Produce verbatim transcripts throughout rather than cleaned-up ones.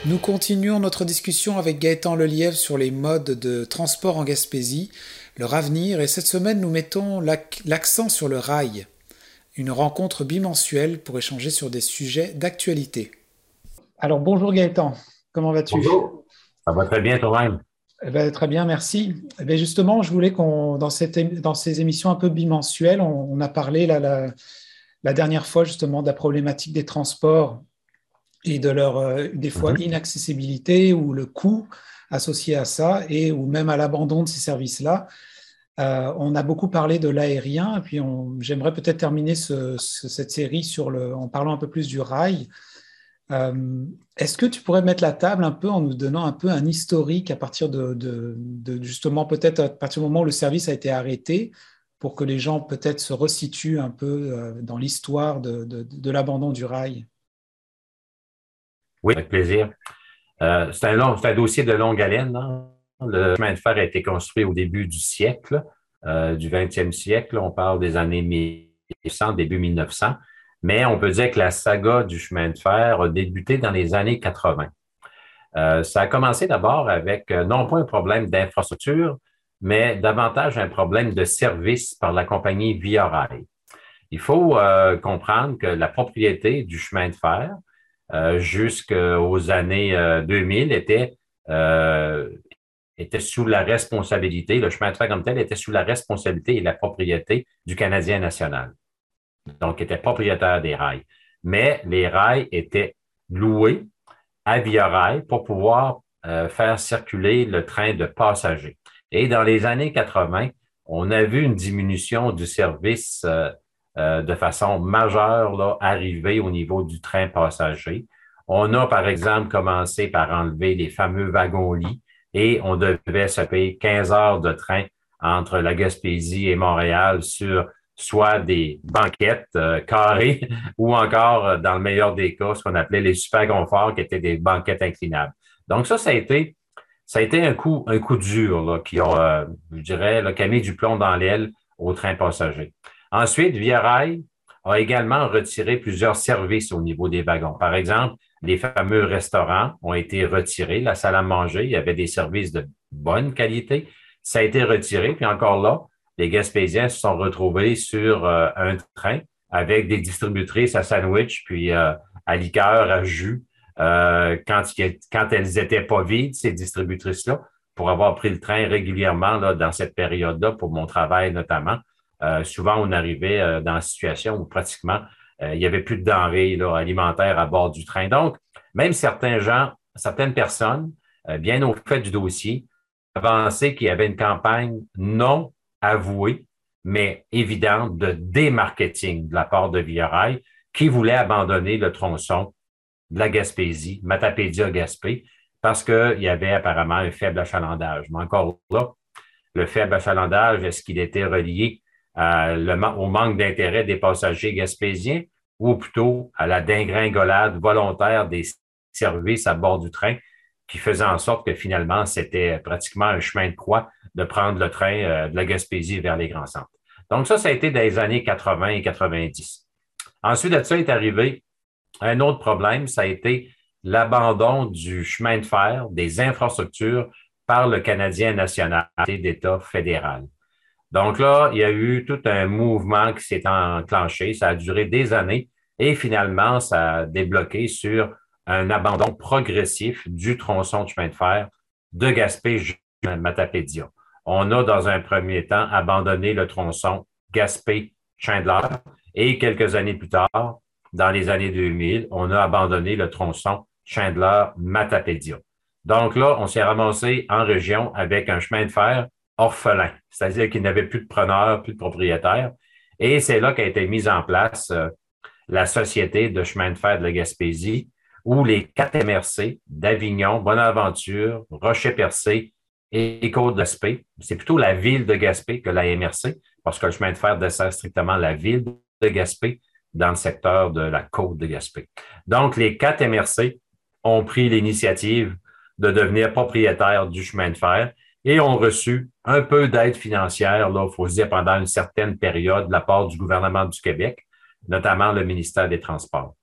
Nous continuons notre discussion avec Gaëtan Lelièvre sur les modes de transport en Gaspésie, leur avenir, et cette semaine nous mettons l'accent sur le rail, une rencontre bimensuelle pour échanger sur des sujets d'actualité. Alors bonjour Gaëtan, comment vas-tu? Bonjour, ça va très bien toi-même. Eh ben, très bien, merci. Eh bien, justement, je voulais qu'on, dans, cette, dans ces émissions un peu bimensuelles, on, on a parlé là, la, la dernière fois justement de la problématique des transports et de leur, euh, des fois, Mhm. inaccessibilité ou le coût associé à ça et ou même à l'abandon de ces services-là. Euh, on a beaucoup parlé de l'aérien et puis on, j'aimerais peut-être terminer ce, ce, cette série sur le, en parlant un peu plus du rail. Euh, est-ce que tu pourrais mettre la table un peu en nous donnant un peu un historique à partir de, de, de justement peut-être à partir du moment où le service a été arrêté pour que les gens peut-être se resituent un peu euh, dans l'histoire de, de, de l'abandon du rail? Oui, avec plaisir. Euh, c'est un long, c'est un dossier de longue haleine, hein. Le chemin de fer a été construit au début du siècle, euh, du vingtième siècle. On parle des années mille cent, début mille neuf cents. Mais on peut dire que la saga du chemin de fer a débuté dans les années quatre-vingt. Euh, ça a commencé d'abord avec euh, non pas un problème d'infrastructure, mais davantage un problème de service par la compagnie Via Rail. Il faut euh, comprendre que la propriété du chemin de fer euh, jusqu'aux années euh, deux mille était, euh, était sous la responsabilité, le chemin de fer comme tel était sous la responsabilité et la propriété du Canadien national, donc était propriétaire des rails. Mais les rails étaient loués à Via Rail pour pouvoir euh, faire circuler le train de passagers. Et dans les années quatre-vingt, on a vu une diminution du service euh, euh, de façon majeure là, arriver au niveau du train passager. On a, par exemple, commencé par enlever les fameux wagons-lits et on devait se payer quinze heures de train entre la Gaspésie et Montréal sur soit des banquettes euh, carrées ou encore, euh, dans le meilleur des cas, ce qu'on appelait les super conforts, qui étaient des banquettes inclinables. Donc ça, ça a été, ça a été un coup, un coup dur là, qui a, euh, je dirais, là, qui a mis du plomb dans l'aile au train passager. Ensuite, Via Rail a également retiré plusieurs services au niveau des wagons. Par exemple, les fameux restaurants ont été retirés, la salle à manger, il y avait des services de bonne qualité, ça a été retiré, puis encore là, les Gaspésiens se sont retrouvés sur euh, un train avec des distributrices à sandwich, puis euh, à liqueur, à jus, euh, quand, quand elles étaient pas vides, ces distributrices-là, pour avoir pris le train régulièrement là, dans cette période-là, pour mon travail notamment. Euh, souvent, on arrivait euh, dans une situation où pratiquement euh, il y avait plus de denrées là, alimentaires à bord du train. Donc, même certains gens, certaines personnes, euh, bien au fait du dossier, avançaient qu'il y avait une campagne non avouée, mais évidente de démarketing de la part de Via Rail qui voulait abandonner le tronçon de la Gaspésie, Matapédia-Gaspé, parce qu'il y avait apparemment un faible achalandage. Mais encore là, le faible achalandage, est-ce qu'il était relié à le, au manque d'intérêt des passagers gaspésiens ou plutôt à la dégringolade volontaire des services à bord du train qui faisait en sorte que finalement, c'était pratiquement un chemin de croix de prendre le train euh, de la Gaspésie vers les grands centres. Donc ça, ça a été dans les années quatre-vingts et quatre-vingt-dix. Ensuite de ça est arrivé un autre problème, ça a été l'abandon du chemin de fer, des infrastructures par le Canadien national d'État fédéral. Donc là, il y a eu tout un mouvement qui s'est enclenché. Ça a duré des années et finalement, ça a débloqué sur un abandon progressif du tronçon de chemin de fer de Gaspé jusqu'à Matapédia. On a, dans un premier temps, abandonné le tronçon Gaspé-Chandler et quelques années plus tard, dans les années deux mille, on a abandonné le tronçon Chandler-Matapédia. Donc là, on s'est ramassé en région avec un chemin de fer orphelin, c'est-à-dire qu'il n'avait plus de preneur, plus de propriétaire. Et c'est là qu'a été mise en place euh, la Société de chemin de fer de la Gaspésie, où les quatre M R C d'Avignon, Bonaventure, Rocher-Percé et Côte-de-Gaspé, c'est plutôt la ville de Gaspé que la M R C, parce que le chemin de fer dessert strictement la ville de Gaspé dans le secteur de la côte de Gaspé. Donc, les quatre M R C ont pris l'initiative de devenir propriétaires du chemin de fer et ont reçu un peu d'aide financière, là, il faut se dire, pendant une certaine période de la part du gouvernement du Québec, notamment le ministère des Transports.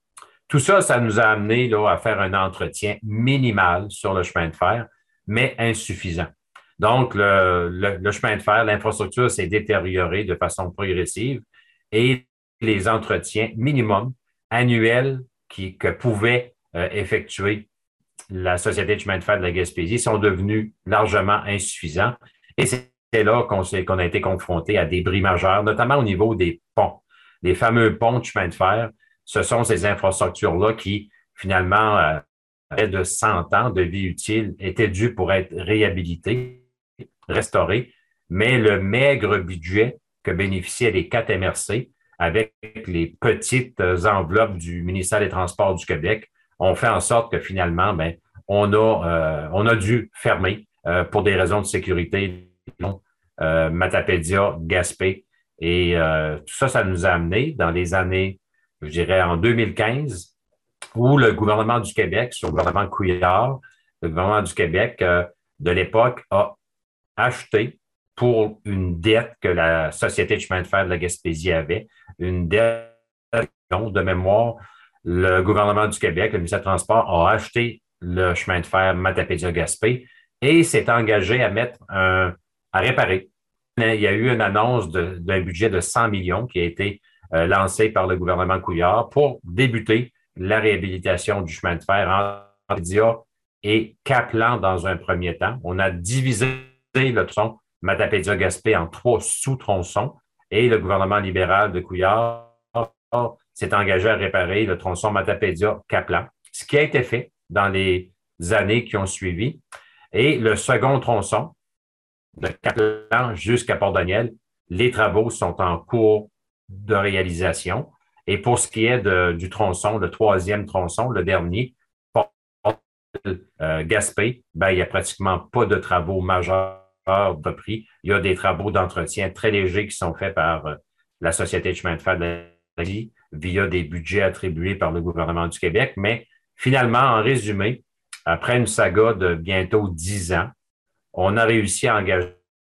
Tout ça, ça nous a amené là, à faire un entretien minimal sur le chemin de fer, mais insuffisant. Donc, le, le, le chemin de fer, l'infrastructure s'est détériorée de façon progressive et les entretiens minimums annuels qui, que pouvait euh, effectuer la Société de chemin de fer de la Gaspésie sont devenus largement insuffisants. Et c'est là qu'on qu'on a été confronté à des bris majeurs, notamment au niveau des ponts. Les fameux ponts de chemin de fer, ce sont ces infrastructures-là qui, finalement, euh, près de cent ans de vie utile, étaient dues pour être réhabilitées, restaurées, mais le maigre budget que bénéficiaient les quatre M R C avec les petites enveloppes du ministère des Transports du Québec ont fait en sorte que finalement, ben, on a, euh, on a dû fermer euh, pour des raisons de sécurité, euh, Matapédia, Gaspé. Et euh, tout ça, ça nous a amené dans les années, je dirais en deux mille quinze, où le gouvernement du Québec, sur le gouvernement Couillard, le gouvernement du Québec euh, de l'époque a acheté pour une dette que la Société de chemin de fer de la Gaspésie avait, une dette de mémoire. Le gouvernement du Québec, le ministère des Transports, a acheté le chemin de fer Matapédia-Gaspé et s'est engagé à mettre un, à réparer. Il y a eu une annonce d'un budget de cent millions qui a été euh, lancé par le gouvernement Couillard pour débuter la réhabilitation du chemin de fer en Matapédia et Caplan dans un premier temps. On a divisé le tronc Matapédia-Gaspé en trois sous-tronçons et le gouvernement libéral de Couillard s'est engagé à réparer le tronçon Matapédia-Caplan, ce qui a été fait dans les années qui ont suivi. Et le second tronçon, de Caplan jusqu'à Port-Daniel, les travaux sont en cours de réalisation. Et pour ce qui est de, du tronçon, le troisième tronçon, le dernier, euh, Gaspé, ben, il n'y a pratiquement pas de travaux majeurs de prix. Il y a des travaux d'entretien très légers qui sont faits par euh, la Société de chemin de fer de la Gaspésie via des budgets attribués par le gouvernement du Québec. Mais finalement, en résumé, après une saga de bientôt dix ans, on a réussi à engager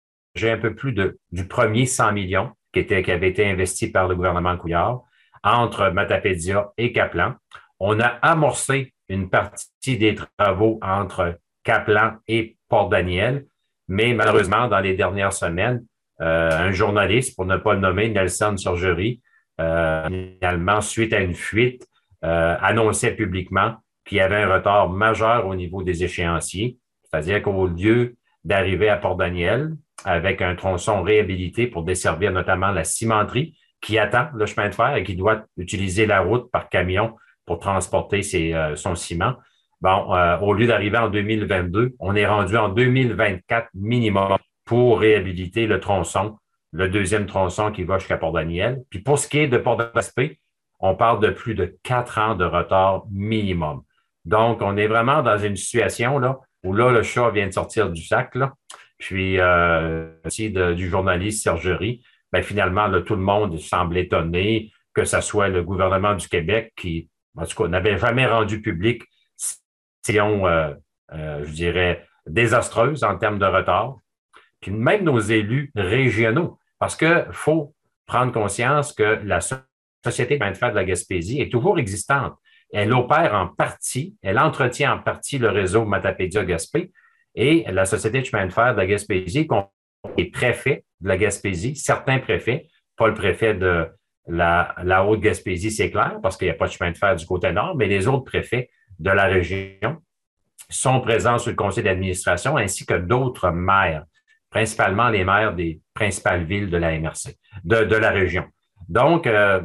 un peu plus de, du premier cent millions qui, était, qui avait été investi par le gouvernement Couillard entre Matapédia et Caplan. On a amorcé une partie des travaux entre Caplan et Port-Daniel, mais malheureusement, dans les dernières semaines, euh, un journaliste, pour ne pas le nommer, Nelson Surgery, euh, finalement, suite à une fuite, euh, annonçait publiquement qu'il y avait un retard majeur au niveau des échéanciers, c'est-à-dire qu'au lieu d'arriver à Port-Daniel avec un tronçon réhabilité pour desservir notamment la cimenterie qui attend le chemin de fer et qui doit utiliser la route par camion pour transporter ses, euh, son ciment, bon, euh, au lieu d'arriver en deux mille vingt-deux, on est rendu en deux mille vingt-quatre minimum pour réhabiliter le tronçon, le deuxième tronçon qui va jusqu'à Port-Daniel. Puis pour ce qui est de Port-Gaspé, on parle de plus de quatre ans de retard minimum. Donc, on est vraiment dans une situation là où là, le chat vient de sortir du sac, là. Puis, euh, aussi de, du journaliste Sergerie, ben finalement, là, tout le monde semble étonné que ce soit le gouvernement du Québec qui, en tout cas, n'avait jamais rendu public situation, euh, euh, je dirais, désastreuse en termes de retard. Puis même nos élus régionaux, parce que faut prendre conscience que la Société de chemin de fer de la Gaspésie est toujours existante. Elle opère en partie, elle entretient en partie le réseau Matapédia-Gaspé et la Société de chemin de fer de la Gaspésie, les préfets de la Gaspésie, certains préfets, pas le préfet de la, la Haute-Gaspésie, c'est clair, parce qu'il n'y a pas de chemin de fer du côté nord, mais les autres préfets de la région sont présents sur le conseil d'administration ainsi que d'autres maires, principalement les maires des principales villes de la M R C, de, de la région. Donc, euh,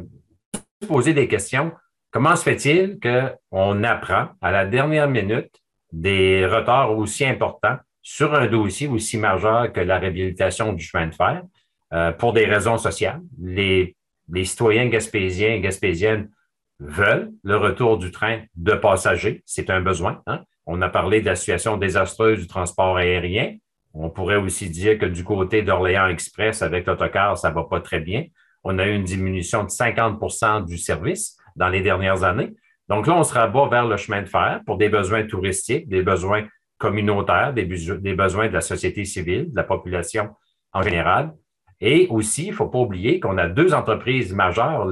poser des questions. Comment se fait-il qu'on apprend à la dernière minute des retards aussi importants sur un dossier aussi majeur que la réhabilitation du chemin de fer euh, pour des raisons sociales? Les, les citoyens gaspésiens et gaspésiennes veulent le retour du train de passagers. C'est un besoin. Hein? On a parlé de la situation désastreuse du transport aérien. On pourrait aussi dire que du côté d'Orléans Express, avec l'autocar, ça va pas très bien. On a eu une diminution de cinquante pour cent du service dans les dernières années. Donc là, on se rabat vers le chemin de fer pour des besoins touristiques, des besoins communautaires, des, des besoins de la société civile, de la population en général. Et aussi, il ne faut pas oublier qu'on a deux entreprises majeures,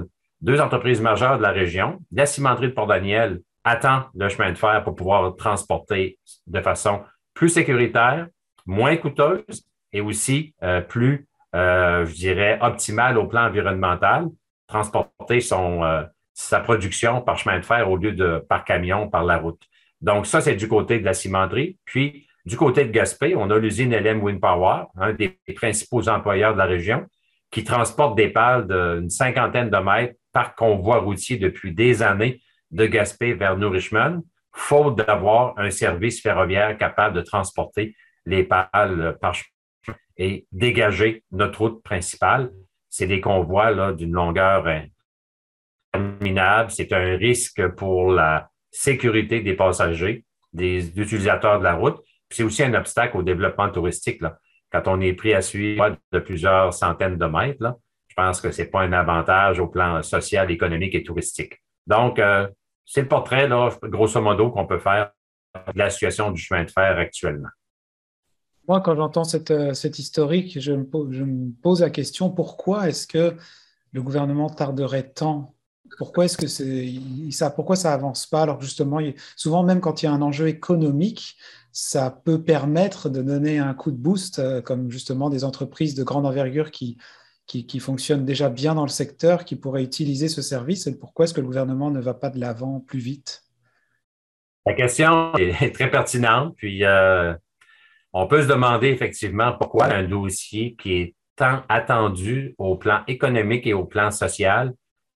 deux entreprises majeures de la région. La cimenterie de Port-Daniel attend le chemin de fer pour pouvoir transporter de façon plus sécuritaire, moins coûteuse et aussi euh, plus, euh, je dirais, optimale au plan environnemental, transporter son, euh, sa production par chemin de fer au lieu de par camion, par la route. Donc, ça, c'est du côté de la cimenterie. Puis, du côté de Gaspé, on a l'usine L M Wind Power, un des principaux employeurs de la région, qui transporte des pales d'une cinquantaine de mètres par convoi routier depuis des années de Gaspé vers New Richmond, faute d'avoir un service ferroviaire capable de transporter les pales par chemin et dégager notre route principale. C'est des convois là, d'une longueur interminable. C'est un risque pour la sécurité des passagers, des utilisateurs de la route. C'est aussi un obstacle au développement touristique. Là. Quand on est pris à suivre de plusieurs centaines de mètres, là, je pense que ce n'est pas un avantage au plan social, économique et touristique. Donc, euh, c'est le portrait, là, grosso modo, qu'on peut faire de la situation du chemin de fer actuellement. Moi, quand j'entends cette, cette historique, je me, pose, je me pose la question, pourquoi est-ce que le gouvernement tarderait tant? Pourquoi est-ce que c'est, ça, pourquoi ça avance pas? Alors justement, souvent, même quand il y a un enjeu économique, ça peut permettre de donner un coup de boost, comme justement des entreprises de grande envergure qui, qui, qui fonctionnent déjà bien dans le secteur, qui pourraient utiliser ce service. Et pourquoi est-ce que le gouvernement ne va pas de l'avant plus vite? La question est très pertinente. Puis, euh, on peut se demander effectivement pourquoi un dossier qui est tant attendu au plan économique et au plan social,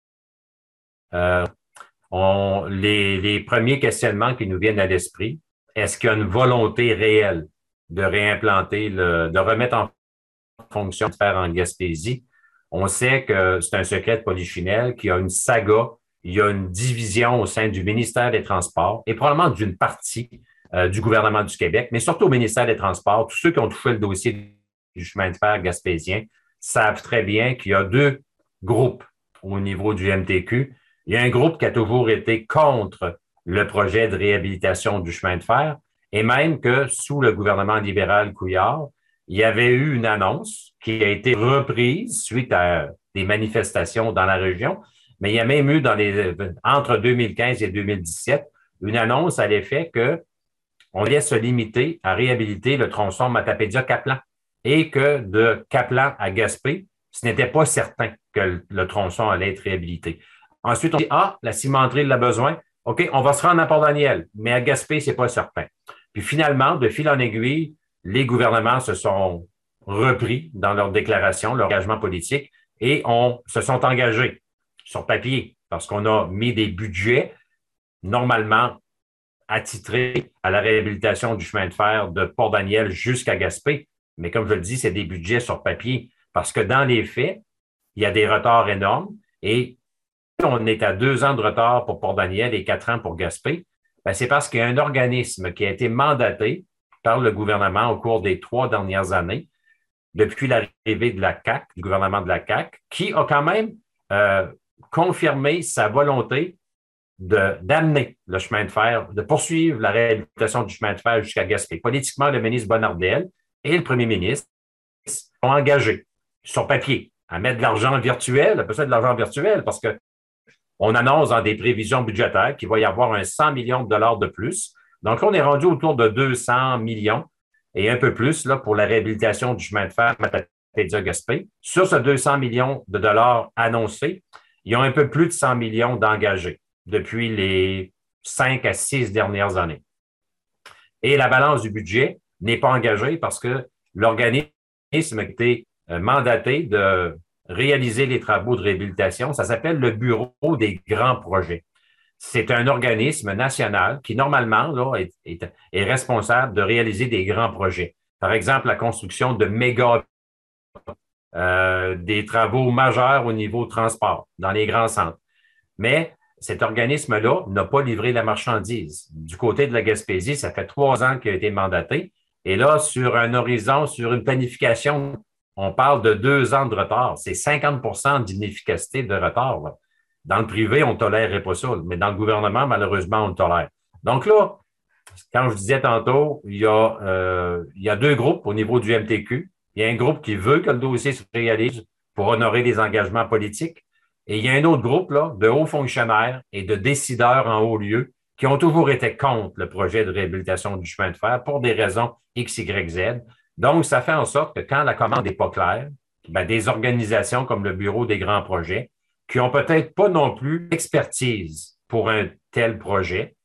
euh, on, les, les premiers questionnements qui nous viennent à l'esprit, est-ce qu'il y a une volonté réelle de réimplanter, le, de remettre en fonction de faire en Gaspésie? On sait que c'est un secret de polichinelle, qu'il y a une saga, il y a une division au sein du ministère des Transports et probablement d'une partie euh, du gouvernement du Québec, mais surtout au ministère des Transports. Tous ceux qui ont touché le dossier du chemin de fer gaspésien savent très bien qu'il y a deux groupes au niveau du M T Q. Il y a un groupe qui a toujours été contre le projet de réhabilitation du chemin de fer et même que sous le gouvernement libéral Couillard, il y avait eu une annonce qui a été reprise suite à des manifestations dans la région, mais il y a même eu dans les, entre deux mille quinze et deux mille dix-sept une annonce à l'effet que on allait se limiter à réhabiliter le tronçon Matapédia-Caplan et que de Caplan à Gaspé, ce n'était pas certain que le, le tronçon allait être réhabilité. Ensuite, on dit, ah, la cimenterie l'a besoin. OK, on va se rendre à Port-Daniel, mais à Gaspé, c'est pas certain. Puis finalement, de fil en aiguille, les gouvernements se sont repris dans leur déclaration, leur engagement politique, et on se sont engagés sur papier parce qu'on a mis des budgets normalement attitrés à la réhabilitation du chemin de fer de Port-Daniel jusqu'à Gaspé. Mais comme je le dis, c'est des budgets sur papier parce que dans les faits, il y a des retards énormes et on est à deux ans de retard pour Port-Daniel et quatre ans pour Gaspé. Ben, c'est parce qu'il y a un organisme qui a été mandaté par le gouvernement au cours des trois dernières années, depuis l'arrivée de la C A Q, du gouvernement de la C A Q, qui a quand même euh, confirmé sa volonté de, d'amener le chemin de fer, de poursuivre la réhabilitation du chemin de fer jusqu'à Gaspé. Politiquement, le ministre Bonnardel et le premier ministre sont engagés sur papier à mettre de l'argent virtuel, un peu ça de l'argent virtuel, parce que on annonce dans des prévisions budgétaires qu'il va y avoir un cent millions de dollars de plus. Donc, on est rendu autour de deux cents millions et un peu plus là, pour la réhabilitation du chemin de fer Matapédia-Gaspé. Sur ce deux cents millions de dollars annoncés, il y a un peu plus de cent millions d'engagés depuis les cinq à six dernières années. Et la balance du budget n'est pas engagée parce que l'organisme a été mandaté de réaliser les travaux de réhabilitation. Ça s'appelle le Bureau des grands projets. C'est un organisme national qui, normalement, là, est, est, est responsable de réaliser des grands projets. Par exemple, la construction de méga, euh, des travaux majeurs au niveau transport dans les grands centres. Mais cet organisme-là n'a pas livré la marchandise. Du côté de la Gaspésie, ça fait trois ans qu'il a été mandaté. Et là, sur un horizon, sur une planification, on parle de deux ans de retard. C'est cinquante pour cent d'inefficacité de retard. Là. Dans le privé, on ne tolérerait pas ça, mais dans le gouvernement, malheureusement, on le tolère. Donc là, quand je disais tantôt, il y a, euh, il y a deux groupes au niveau du M T Q. Il y a un groupe qui veut que le dossier se réalise pour honorer les engagements politiques. Et il y a un autre groupe là, de hauts fonctionnaires et de décideurs en haut lieu qui ont toujours été contre le projet de réhabilitation du chemin de fer pour des raisons X, Y, Z. Donc, ça fait en sorte que quand la commande n'est pas claire, ben, des organisations comme le Bureau des grands projets, qui ont peut-être pas non plus l'expertise pour un tel projet,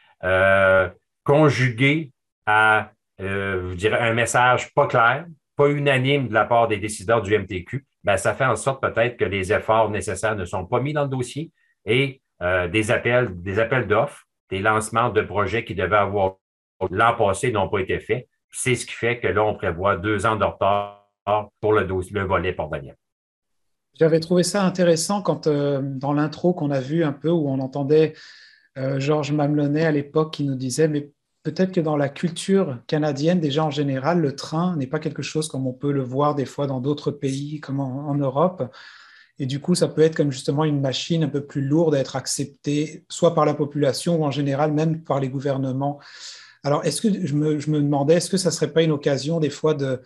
euh, conjugué à, euh, je dirais, un message pas clair, pas unanime de la part des décideurs du M T Q, ben, ça fait en sorte peut-être que les efforts nécessaires ne sont pas mis dans le dossier et euh, des appels, des appels d'offres, des lancements de projets qui devaient avoir l'an passé n'ont pas été faits. C'est ce qui fait que là, on prévoit deux ans de retard pour le, dossier, le volet Port-Daniel. J'avais trouvé ça intéressant quand, euh, dans l'intro qu'on a vu un peu, où on entendait euh, Georges Mamelonnet à l'époque qui nous disait, mais peut-être que dans la culture canadienne, déjà en général, le train n'est pas quelque chose comme on peut le voir des fois dans d'autres pays, comme en, en Europe. Et du coup, ça peut être comme justement une machine un peu plus lourde à être acceptée, soit par la population ou en général même par les gouvernements. Alors, est-ce que je me, je me demandais, est-ce que ça ne serait pas une occasion des fois de,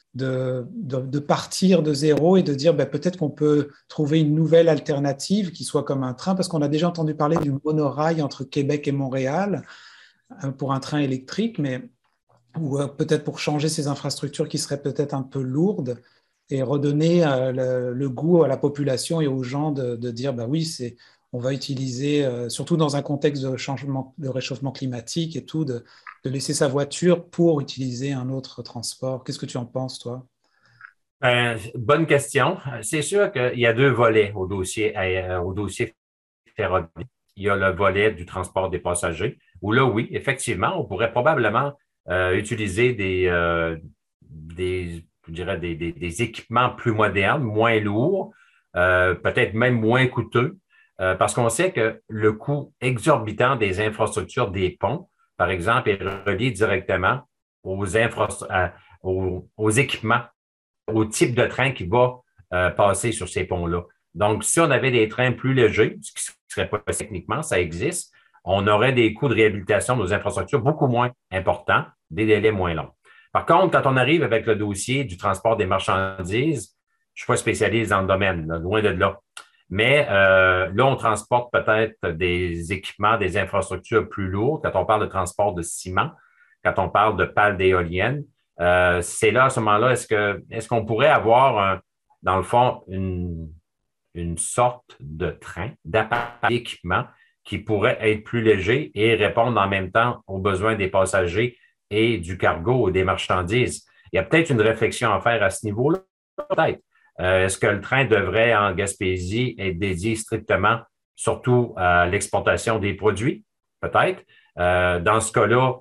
de, de, de partir de zéro et de dire ben, peut-être qu'on peut trouver une nouvelle alternative qui soit comme un train, parce qu'on a déjà entendu parler du monorail entre Québec et Montréal pour un train électrique, mais ou peut-être pour changer ces infrastructures qui seraient peut-être un peu lourdes et redonner euh, le, le goût à la population et aux gens de, de dire bah oui, c'est, on va utiliser, euh, surtout dans un contexte de changement, de réchauffement climatique et tout, de, de laisser sa voiture pour utiliser un autre transport. Qu'est-ce que tu en penses, toi? Euh, bonne question. C'est sûr qu'il y a deux volets au dossier, euh, au dossier ferroviaire. Il y a le volet du transport des passagers, où là, oui, effectivement, on pourrait probablement euh, utiliser des, euh, des, je dirais des, des, des équipements plus modernes, moins lourds, euh, peut-être même moins coûteux, euh, parce qu'on sait que le coût exorbitant des infrastructures des ponts, par exemple, est relié directement aux, infra- aux, aux équipements, au type de train qui va euh, passer sur ces ponts-là. Donc, si on avait des trains plus légers, ce qui serait pas techniquement, ça existe, on aurait des coûts de réhabilitation de nos infrastructures beaucoup moins importants, des délais moins longs. Par contre, quand on arrive avec le dossier du transport des marchandises, je ne suis pas spécialiste dans le domaine, là, loin de là. Mais euh, là, on transporte peut-être des équipements, des infrastructures plus lourdes. Quand on parle de transport de ciment, quand on parle de pales d'éoliennes, euh, c'est là, à ce moment-là, est-ce que est-ce qu'on pourrait avoir, un, dans le fond, une, une sorte de train, d'appareil d'équipement qui pourrait être plus léger et répondre en même temps aux besoins des passagers et du cargo ou des marchandises? Il y a peut-être une réflexion à faire à ce niveau-là, peut-être. Euh, est-ce que le train devrait, en Gaspésie, être dédié strictement, surtout à l'exportation des produits? Peut-être. Euh, dans ce cas-là,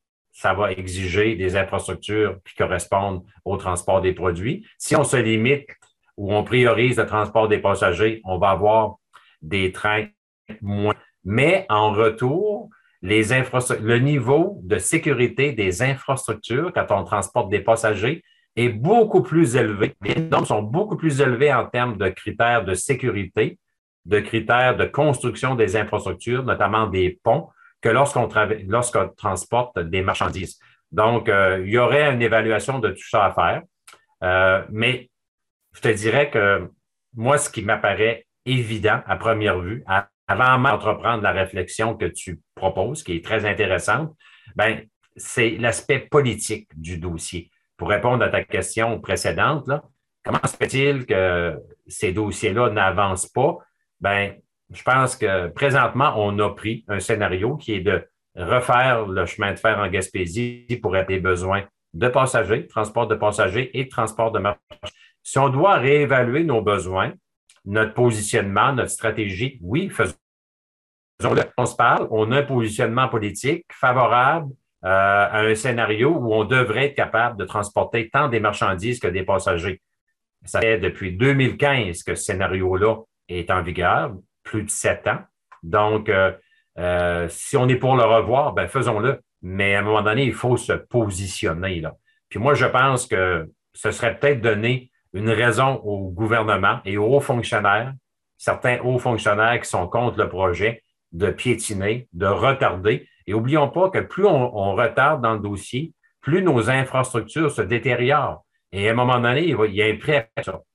ça va exiger des infrastructures qui correspondent au transport des produits. Si on se limite ou on priorise le transport des passagers, on va avoir des trains moins. Mais en retour, les infrastru- le niveau de sécurité des infrastructures quand on transporte des passagers est beaucoup plus élevé. Les normes sont beaucoup plus élevées en termes de critères de sécurité, de critères de construction des infrastructures, notamment des ponts, que lorsqu'on, tra- lorsqu'on transporte des marchandises. Donc, euh, il y aurait une évaluation de tout ça à faire. Euh, mais je te dirais que moi, ce qui m'apparaît évident à première vue, à, avant même d'entreprendre la réflexion que tu proposes, qui est très intéressante, ben, c'est l'aspect politique du dossier. Pour répondre à ta question précédente, là, comment se fait-il que ces dossiers-là n'avancent pas? Ben, je pense que présentement, on a pris un scénario qui est de refaire le chemin de fer en Gaspésie pour être les besoins de passagers, transport de passagers et transport de marchandises. Si on doit réévaluer nos besoins, notre positionnement, notre stratégie, oui, faisons-le. On se parle, on a un positionnement politique favorable euh, à un scénario où on devrait être capable de transporter tant des marchandises que des passagers. Ça fait depuis deux mille quinze que ce scénario-là est en vigueur, plus de sept ans. Donc, euh, euh, si on est pour le revoir, ben faisons-le. Mais à un moment donné, il faut se positionner, là. Puis moi, je pense que ce serait peut-être donner une raison au gouvernement et aux hauts fonctionnaires, certains hauts fonctionnaires qui sont contre le projet, de piétiner, de retarder. Et n'oublions pas que plus on, on retarde dans le dossier, plus nos infrastructures se détériorent. Et à un moment donné, il, va, il y a un prix à ça.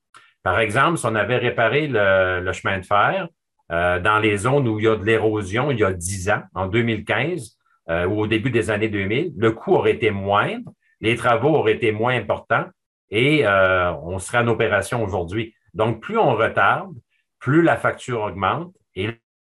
Par exemple, si on avait réparé le, le chemin de fer euh, dans les zones où il y a de l'érosion il y a dix ans, en deux mille quinze euh, ou au début des années deux mille, le coût aurait été moindre, les travaux auraient été moins importants et euh, on serait en opération aujourd'hui. Donc, plus on retarde, plus la facture augmente. Et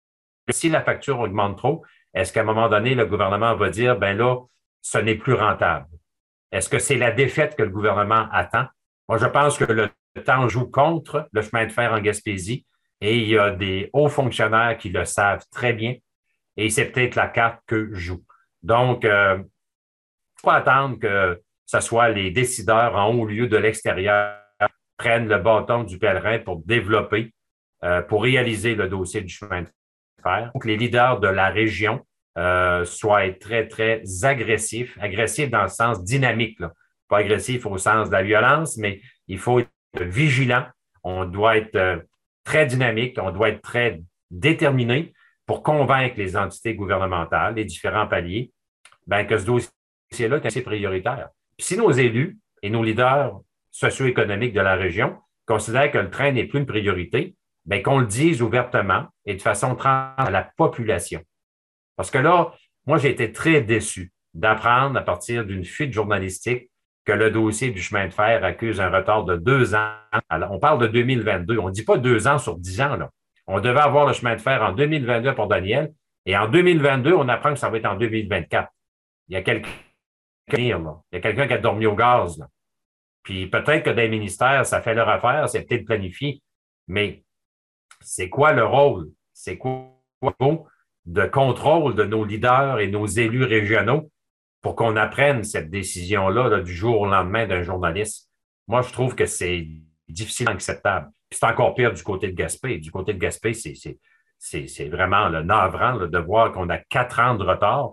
si la facture augmente trop, est-ce qu'à un moment donné, le gouvernement va dire, ben là, ce n'est plus rentable? Est-ce que c'est la défaite que le gouvernement attend? Moi, je pense que le temps joue contre le chemin de fer en Gaspésie et il y a des hauts fonctionnaires qui le savent très bien et c'est peut-être la carte que joue. Donc, euh, il faut attendre que ce soit les décideurs en haut lieu de l'extérieur prennent le bâton du pèlerin pour développer, euh, pour réaliser le dossier du chemin de fer. Donc, les leaders de la région euh, soient très, très agressifs, agressifs dans le sens dynamique, là. Pas agressif au sens de la violence, mais il faut être vigilant. On doit être euh, très dynamique, on doit être très déterminé pour convaincre les entités gouvernementales, les différents paliers, ben, que ce dossier-là est assez prioritaire. Puis si nos élus et nos leaders socio-économiques de la région considèrent que le train n'est plus une priorité, ben, qu'on le dise ouvertement et de façon transparente à la population. Parce que là, moi, j'ai été très déçu d'apprendre à partir d'une fuite journalistique que le dossier du chemin de fer accuse un retard de deux ans. Alors, on parle de deux mille vingt-deux. On ne dit pas deux ans sur dix ans, là. On devait avoir le chemin de fer en deux mille vingt-deux pour Daniel. Et en deux mille vingt-deux, on apprend que ça va être en deux mille vingt-quatre. Il y a quelqu'un Il y a quelqu'un qui a dormi au gaz, là. Puis peut-être que dans les ministères, ça fait leur affaire, c'est peut-être planifié. Mais c'est quoi le rôle? C'est quoi le rôle de contrôle de nos leaders et nos élus régionaux pour qu'on apprenne cette décision-là là, du jour au lendemain d'un journaliste? Moi, je trouve que c'est difficilement acceptable. Puis c'est encore pire du côté de Gaspé. Du côté de Gaspé, c'est, c'est, c'est, c'est vraiment le navrant là, de voir qu'on a quatre ans de retard.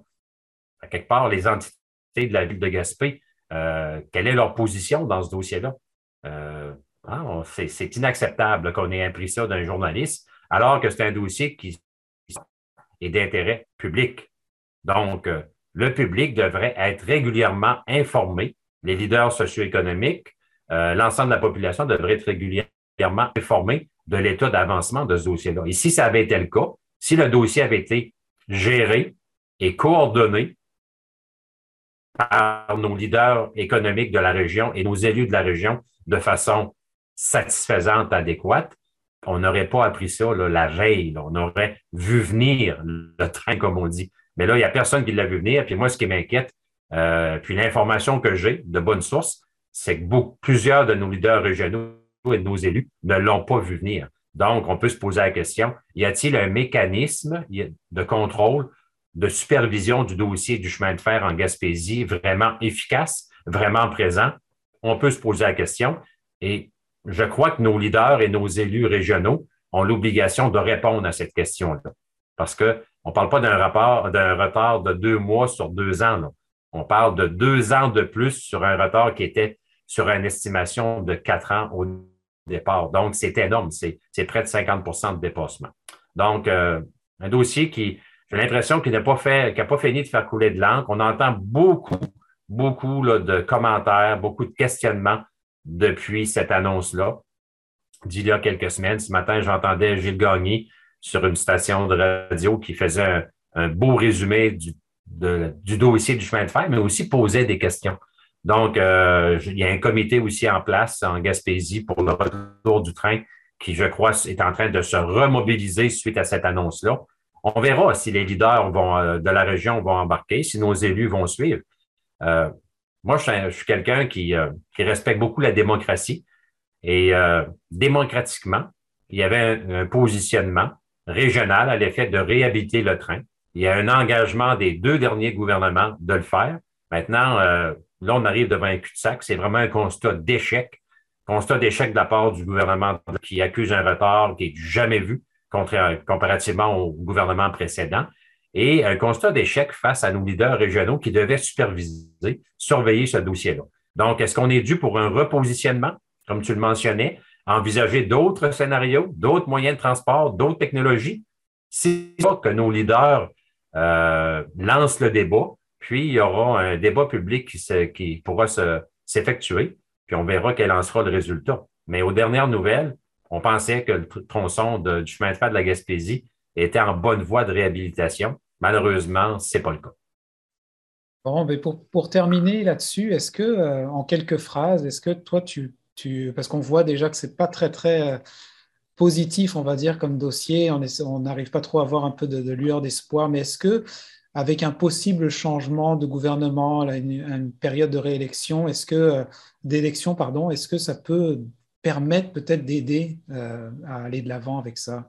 À quelque part, les entités de la ville de Gaspé, euh, quelle est leur position dans ce dossier-là? Euh, hein, c'est, c'est inacceptable là, qu'on ait appris ça d'un journaliste, alors que c'est un dossier qui est d'intérêt public. Donc, euh, le public devrait être régulièrement informé. Les leaders socio-économiques, euh, l'ensemble de la population devrait être régulièrement informé de l'état d'avancement de ce dossier-là. Et si ça avait été le cas, si le dossier avait été géré et coordonné par nos leaders économiques de la région et nos élus de la région de façon satisfaisante, adéquate, on n'aurait pas appris ça là, la veille. Là. On aurait vu venir le train, comme on dit. Mais là, il n'y a personne qui l'a vu venir. Puis moi, ce qui m'inquiète, euh, puis l'information que j'ai de bonne source, c'est que beaucoup, plusieurs de nos leaders régionaux et de nos élus ne l'ont pas vu venir. Donc, on peut se poser la question, y a-t-il un mécanisme de contrôle, de supervision du dossier du chemin de fer en Gaspésie vraiment efficace, vraiment présent? On peut se poser la question. Et je crois que nos leaders et nos élus régionaux ont l'obligation de répondre à cette question-là. Parce que on ne parle pas d'un rapport, d'un retard de deux mois sur deux ans, là. On parle de deux ans de plus sur un retard qui était sur une estimation de quatre ans au départ. Donc, c'est énorme. C'est, c'est près de cinquante pour cent de dépassement. Donc, euh, un dossier qui, j'ai l'impression qu'il n'a pas fait, qu'il n'a pas fini de faire couler de l'encre. On entend beaucoup, beaucoup là, de commentaires, beaucoup de questionnements depuis cette annonce-là d'il y a quelques semaines. Ce matin, j'entendais Gilles Gagné sur une station de radio qui faisait un, un beau résumé du, de, du dossier du chemin de fer, mais aussi posait des questions. Donc, euh, il y a un comité aussi en place en Gaspésie pour le retour du train qui, je crois, est en train de se remobiliser suite à cette annonce-là. On verra si les leaders vont, euh, de la région vont embarquer, si nos élus vont suivre. Euh, moi, je suis, je suis quelqu'un qui, euh, qui respecte beaucoup la démocratie et euh, démocratiquement, il y avait un, un positionnement régional à l'effet de réhabiliter le train. Il y a un engagement des deux derniers gouvernements de le faire. Maintenant, euh, là, on arrive devant un cul-de-sac. C'est vraiment un constat d'échec. Constat d'échec de la part du gouvernement qui accuse un retard qui est jamais vu comparativement au gouvernement précédent. Et un constat d'échec face à nos leaders régionaux qui devaient superviser, surveiller ce dossier-là. Donc, est-ce qu'on est dû pour un repositionnement, comme tu le mentionnais, envisager d'autres scénarios, d'autres moyens de transport, d'autres technologies? C'est ça que nos leaders euh, lancent le débat, puis il y aura un débat public qui, se, qui pourra se, s'effectuer, puis on verra quel en sera le résultat. Mais aux dernières nouvelles, on pensait que le tronçon de, du chemin de fer de la Gaspésie était en bonne voie de réhabilitation. Malheureusement, ce n'est pas le cas. Bon, mais pour, pour terminer là-dessus, est-ce que, euh, en quelques phrases, est-ce que toi, tu, tu parce qu'on voit déjà que c'est pas très, très euh, positif, on va dire, comme dossier, on essa- on n'arrive pas trop à avoir un peu de, de lueur d'espoir, mais est-ce que, avec un possible changement de gouvernement, là, une, une période de réélection, est-ce que, euh, d'élection, pardon, est-ce que ça peut permettre peut-être d'aider euh, à aller de l'avant avec ça?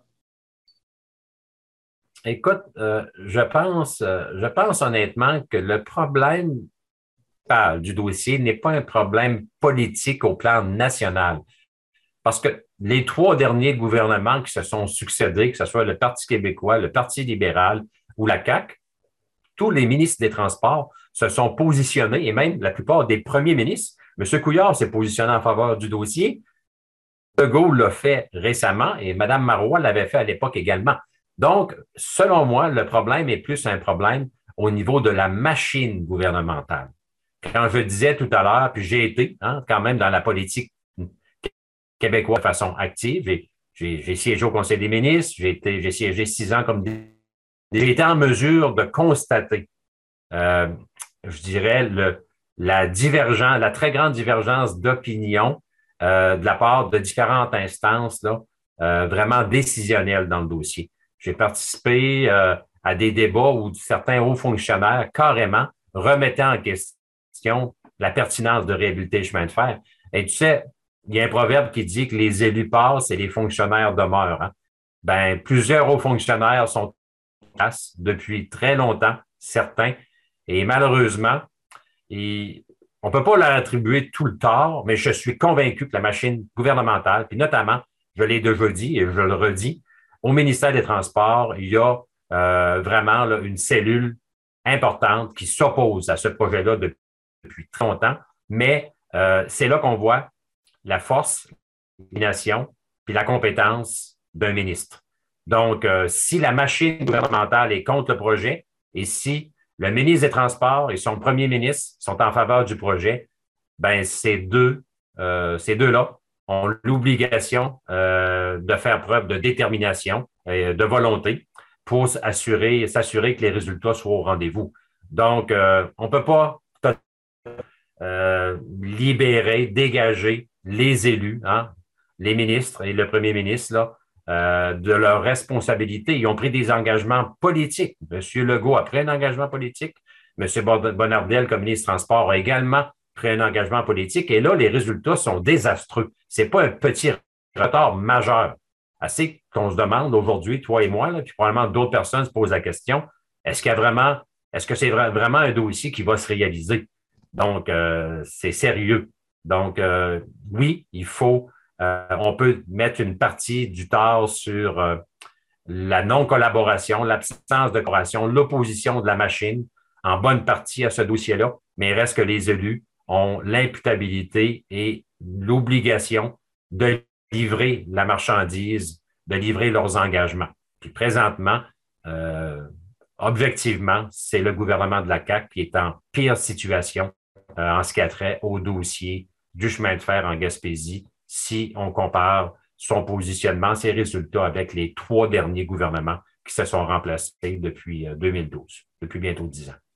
Écoute, euh, je pense, euh, je pense honnêtement que le problème par- du dossier n'est pas un problème politique au plan national. Parce que les trois derniers gouvernements qui se sont succédés, que ce soit le Parti québécois, le Parti libéral ou la C A Q, tous les ministres des Transports se sont positionnés, et même la plupart des premiers ministres. M. Couillard s'est positionné en faveur du dossier. Legault l'a fait récemment et Mme Marois l'avait fait à l'époque également. Donc, selon moi, le problème est plus un problème au niveau de la machine gouvernementale. Quand je disais tout à l'heure, puis j'ai été hein, quand même dans la politique québécoise de façon active, et j'ai, j'ai siégé au Conseil des ministres, j'ai, été, j'ai siégé six ans comme j'ai été en mesure de constater, euh, je dirais, le, la divergence, la très grande divergence d'opinion euh, de la part de différentes instances là, euh, vraiment décisionnelles dans le dossier. J'ai participé euh, à des débats où certains hauts fonctionnaires carrément remettaient en question la pertinence de réhabiliter le chemin de fer. Et tu sais, il y a un proverbe qui dit que les élus passent et les fonctionnaires demeurent. Hein? Ben, plusieurs hauts fonctionnaires sont depuis très longtemps, certains, et malheureusement, et on ne peut pas leur attribuer tout le tort, mais je suis convaincu que la machine gouvernementale, puis notamment, je l'ai déjà dit et je le redis, au ministère des Transports, il y a euh, vraiment là, une cellule importante qui s'oppose à ce projet-là depuis très longtemps, mais euh, c'est là qu'on voit la force, l'illumination, puis la compétence d'un ministre. Donc, euh, si la machine gouvernementale est contre le projet et si le ministre des Transports et son premier ministre sont en faveur du projet, ben ces deux, euh, ces deux-là ont l'obligation euh, de faire preuve de détermination et de volonté pour assurer, s'assurer que les résultats soient au rendez-vous. Donc, euh, on ne peut pas euh, libérer, dégager les élus, hein, les ministres et le premier ministre, là, euh, de leurs responsabilités. Ils ont pris des engagements politiques. M. Legault a pris un engagement politique. M. Bonnardel, comme ministre des Transports, a également pris un engagement politique. Et là, les résultats sont désastreux. C'est pas un petit retard majeur. Assez qu'on se demande aujourd'hui, toi et moi, là, puis probablement d'autres personnes se posent la question, est-ce qu'il y a vraiment, est-ce que c'est vraiment un dossier qui va se réaliser? Donc, euh, c'est sérieux. Donc, euh, oui, il faut, euh, on peut mettre une partie du tort sur euh, la non-collaboration, l'absence de collaboration, l'opposition de la machine en bonne partie à ce dossier-là, mais il reste que les élus ont l'imputabilité et l'obligation de livrer la marchandise, de livrer leurs engagements. Puis présentement, euh, objectivement, c'est le gouvernement de la C A Q qui est en pire situation euh, en ce qui a trait au dossier du chemin de fer en Gaspésie si on compare son positionnement, ses résultats avec les trois derniers gouvernements qui se sont remplacés depuis deux mille douze, depuis bientôt dix ans.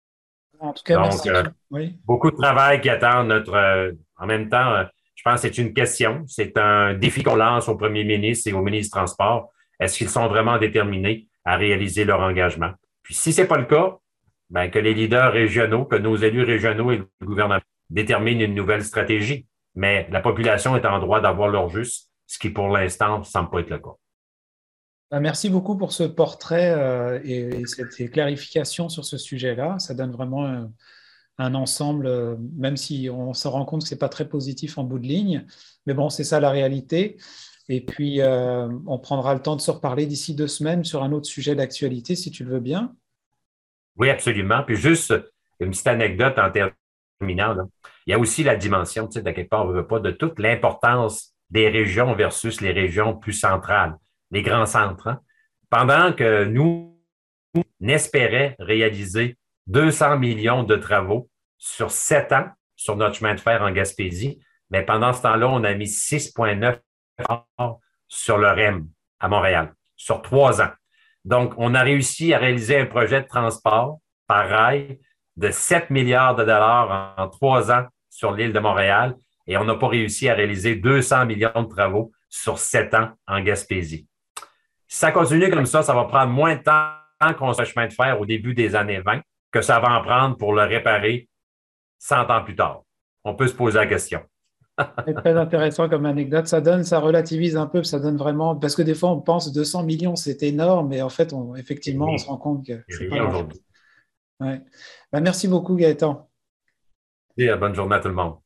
En tout cas, Donc, merci. euh, Oui. beaucoup de travail qui attend notre... Euh, en même temps, euh, je pense que c'est une question, c'est un défi qu'on lance au premier ministre et au ministre du Transport. Est-ce qu'ils sont vraiment déterminés à réaliser leur engagement? Puis si ce n'est pas le cas, ben, que les leaders régionaux, que nos élus régionaux et le gouvernement déterminent une nouvelle stratégie. Mais la population est en droit d'avoir leur juste, ce qui pour l'instant ne semble pas être le cas. Merci beaucoup pour ce portrait euh, et, et cette clarification sur ce sujet-là. Ça donne vraiment un, un ensemble, euh, même si on se rend compte que ce n'est pas très positif en bout de ligne. Mais bon, c'est ça la réalité. Et puis, euh, on prendra le temps de se reparler d'ici deux semaines sur un autre sujet d'actualité, si tu le veux bien. Oui, absolument. Puis juste une petite anecdote en terminant. Là. Il y a aussi la dimension, tu sais, de quelque part, on ne veut pas, de toute l'importance des régions versus les régions plus centrales, les grands centres. Hein. Pendant que nous, on espérait réaliser deux cents millions de travaux sur sept ans sur notre chemin de fer en Gaspésie, Mais pendant ce temps-là, on a mis six virgule neuf milliards sur le R E M à Montréal, sur trois ans. Donc, on a réussi à réaliser un projet de transport par rail de sept milliards de dollars en trois ans sur l'île de Montréal et on n'a pas réussi à réaliser deux cents millions de travaux sur sept ans en Gaspésie. Si ça continue comme ça, ça va prendre moins de temps qu'on se chemin de fer au début des années vingt que ça va en prendre pour le réparer cent ans plus tard. On peut se poser la question. C'est très intéressant comme anecdote. Ça donne, ça relativise un peu, ça donne vraiment, parce que des fois on pense deux cents millions, c'est énorme, mais en fait, on, effectivement, on se rend compte que c'est pas grand-chose. Ouais. Ben, merci beaucoup, Gaëtan. Et bonne journée à tout le monde.